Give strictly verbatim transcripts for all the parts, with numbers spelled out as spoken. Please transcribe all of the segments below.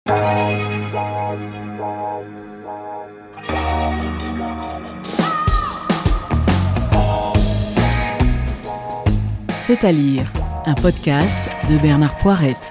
C'est à lire, un podcast de Bernard Poirette.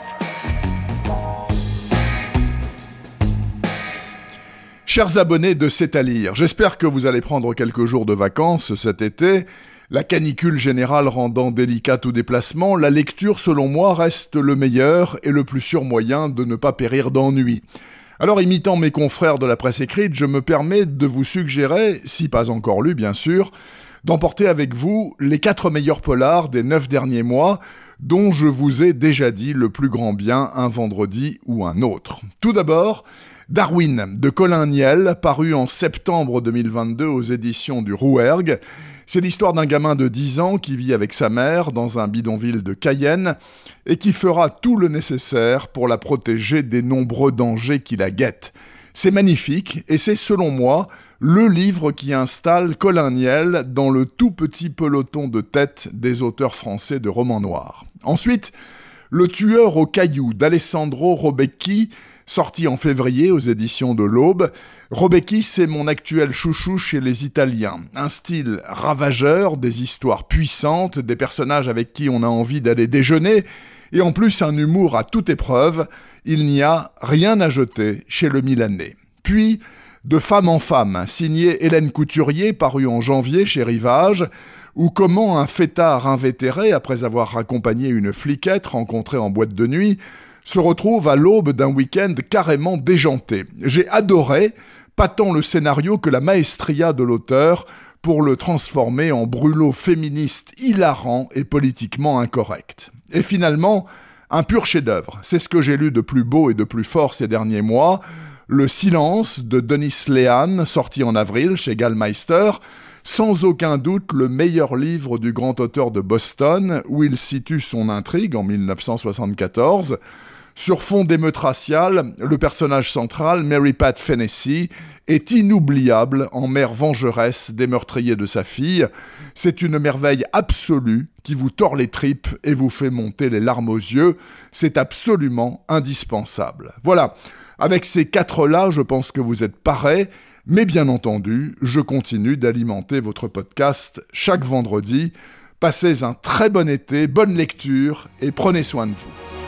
Chers abonnés de C'est à lire, j'espère que vous allez prendre quelques jours de vacances cet été. La canicule générale rendant délicat tout déplacement, la lecture, selon moi, reste le meilleur et le plus sûr moyen de ne pas périr d'ennui. Alors, imitant mes confrères de la presse écrite, je me permets de vous suggérer, si pas encore lu bien sûr, d'emporter avec vous les quatre meilleurs polars des neuf derniers mois, dont je vous ai déjà dit le plus grand bien un vendredi ou un autre. Tout d'abord, Darwin de Colin Niel, paru en septembre deux mille vingt-deux aux éditions du Rouergue. C'est l'histoire d'un gamin de dix ans qui vit avec sa mère dans un bidonville de Cayenne et qui fera tout le nécessaire pour la protéger des nombreux dangers qui la guettent. C'est magnifique et c'est, selon moi, le livre qui installe Colin Niel dans le tout petit peloton de tête des auteurs français de romans noirs. Ensuite, Le tueur aux cailloux d'Alessandro Robecchi, sorti en février aux éditions de l'Aube. Robecchi, c'est mon actuel chouchou chez les Italiens. Un style ravageur, des histoires puissantes, des personnages avec qui on a envie d'aller déjeuner, et en plus un humour à toute épreuve. Il n'y a rien à jeter chez le Milanais. Puis, De femme en femme, signé Hélène Couturier, paru en janvier chez Rivage, ou comment un fêtard invétéré, après avoir accompagné une fliquette rencontrée en boîte de nuit, se retrouve à l'aube d'un week-end carrément déjanté. J'ai adoré, pas tant le scénario que la maestria de l'auteur, pour le transformer en brûlot féministe hilarant et politiquement incorrect. Et finalement, un pur chef-d'œuvre. C'est ce que j'ai lu de plus beau et de plus fort ces derniers mois. Le silence de Denis Lehan, sorti en avril chez Gallmeister, sans aucun doute le meilleur livre du grand auteur de Boston, où il situe son intrigue en dix-neuf cent soixante-quatorze. Sur fond d'émeute raciale, le personnage central, Mary Pat Fennessy, est inoubliable en mère vengeresse des meurtriers de sa fille. C'est une merveille absolue qui vous tord les tripes et vous fait monter les larmes aux yeux. C'est absolument indispensable. Voilà, avec ces quatre-là, je pense que vous êtes parés, mais bien entendu, je continue d'alimenter votre podcast chaque vendredi. Passez un très bon été, bonne lecture et prenez soin de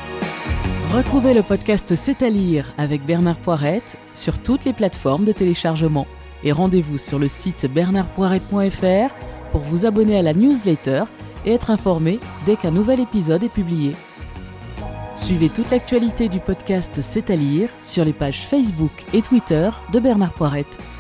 vous. Retrouvez le podcast C'est à lire avec Bernard Poirette sur toutes les plateformes de téléchargement. Et rendez-vous sur le site bernard poirette point f r pour vous abonner à la newsletter et être informé dès qu'un nouvel épisode est publié. Suivez toute l'actualité du podcast C'est à lire sur les pages Facebook et Twitter de Bernard Poirette.